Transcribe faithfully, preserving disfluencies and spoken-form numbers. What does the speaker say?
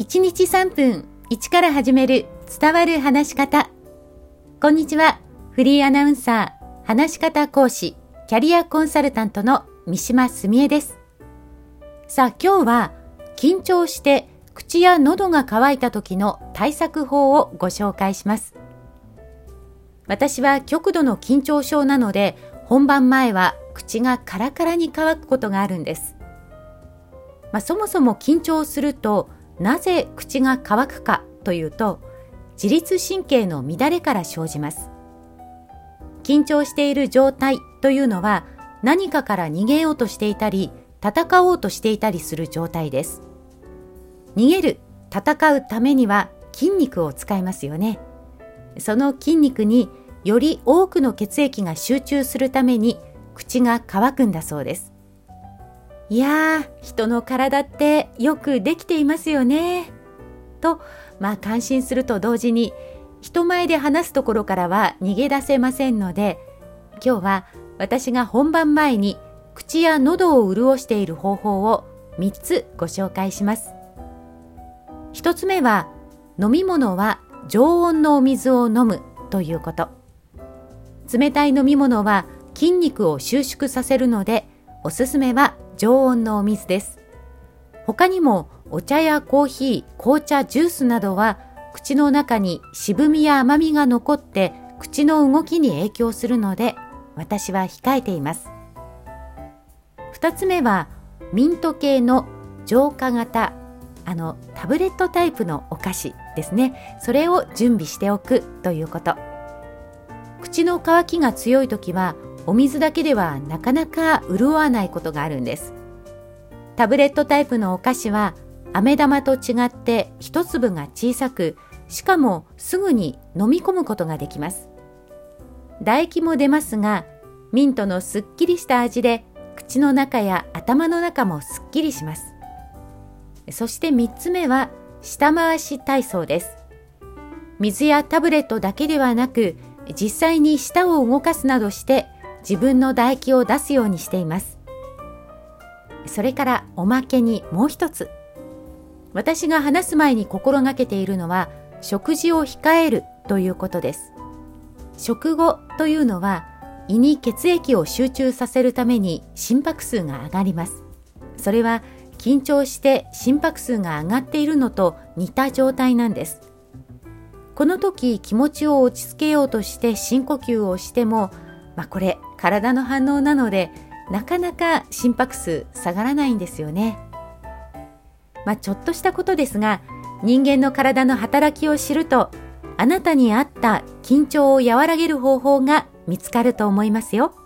いちにちさんぷん、いちから始める伝わる話し方。こんにちは。フリーアナウンサー、話し方講師、キャリアコンサルタントの三島澄江です。さあ今日は緊張して口や喉が渇いた時の対策法をご紹介します。私は極度の緊張症なので、本番前は口がカラカラに乾くことがあるんです。まあ、そもそも緊張するとなぜ口が乾くかというと、自律神経の乱れから生じます。緊張している状態というのは、何かから逃げようとしていたり、戦おうとしていたりする状態です。逃げる、戦うためには筋肉を使いますよね。その筋肉により多くの血液が集中するために口が乾くんだそうです。いやー、人の体ってよくできていますよね。と、まあ感心すると同時に、人前で話すところからは逃げ出せませんので、今日は私が本番前に口や喉を潤している方法をみっつご紹介します。ひとつめは、飲み物は常温のお水を飲むということ。冷たい飲み物は筋肉を収縮させるので、おすすめは常温のお水です。他にもお茶やコーヒー、紅茶、ジュースなどは口の中に渋みや甘みが残って口の動きに影響するので、私は控えています。二つ目はミント系の浄化型、あのタブレットタイプのお菓子ですね。それを準備しておくということ。口の渇きが強いときはお水だけではなかなか潤わないことがあるんです。タブレットタイプのお菓子は飴玉と違って一粒が小さく、しかもすぐに飲み込むことができます。唾液も出ますが、ミントのすっきりした味で口の中や頭の中もすっきりします。そしてみっつめは舌回し体操です。水やタブレットだけではなく、実際に舌を動かすなどして自分の唾液を出すようにしています。それからおまけにもう一つ。私が話す前に心がけているのは、食事を控えるということです。食後というのは、胃に血液を集中させるために心拍数が上がります。それは緊張して心拍数が上がっているのと似た状態なんです。この時気持ちを落ち着けようとして深呼吸をしても、まあこれ体の反応なので、なかなか心拍数下がらないんですよね。まあちょっとしたことですが、人間の体の働きを知ると、あなたに合った緊張を和らげる方法が見つかると思いますよ。